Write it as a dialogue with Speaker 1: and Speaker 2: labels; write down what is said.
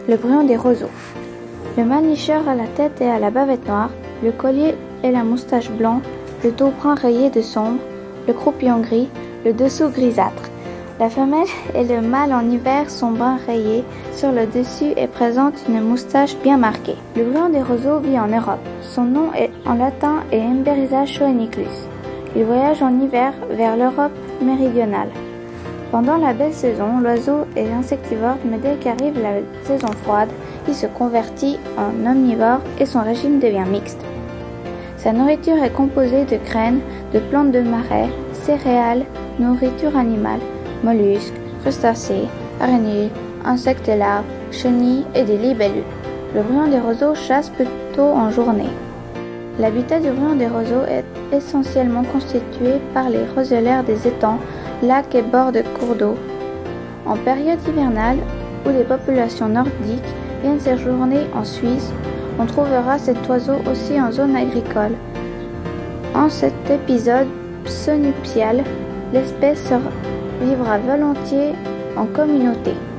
Speaker 1: Le bruant des roseaux. Le mâle nicheur a la tête et à la bavette noire, le collier et la moustache blanc, le dos brun rayé de sombre, le croupillon gris, le dessous grisâtre. La femelle et le mâle en hiver sont brun rayés sur le dessus et présentent une moustache bien marquée. Le bruant des roseaux vit en Europe. Son nom est en latin est Emberiza schoenicus. Il voyage en hiver vers l'Europe méridionale. Pendant la belle saison, l'oiseau est insectivore, mais dès qu'arrive la saison froide, il se convertit en omnivore et son régime devient mixte. Sa nourriture est composée de graines, de plantes de marais, céréales, nourriture animale, mollusques, crustacés, araignées, insectes et larves, chenilles et des libellules. Le bruant des roseaux chasse plutôt en journée. L'habitat du bruant des roseaux est essentiellement constitué par les roselaires des étangs, lacs et bords de cours d'eau. En période hivernale, où des populations nordiques viennent séjourner en Suisse, on trouvera cet oiseau aussi en zone agricole. En cet épisode psonuptial, l'espèce vivra volontiers en communauté.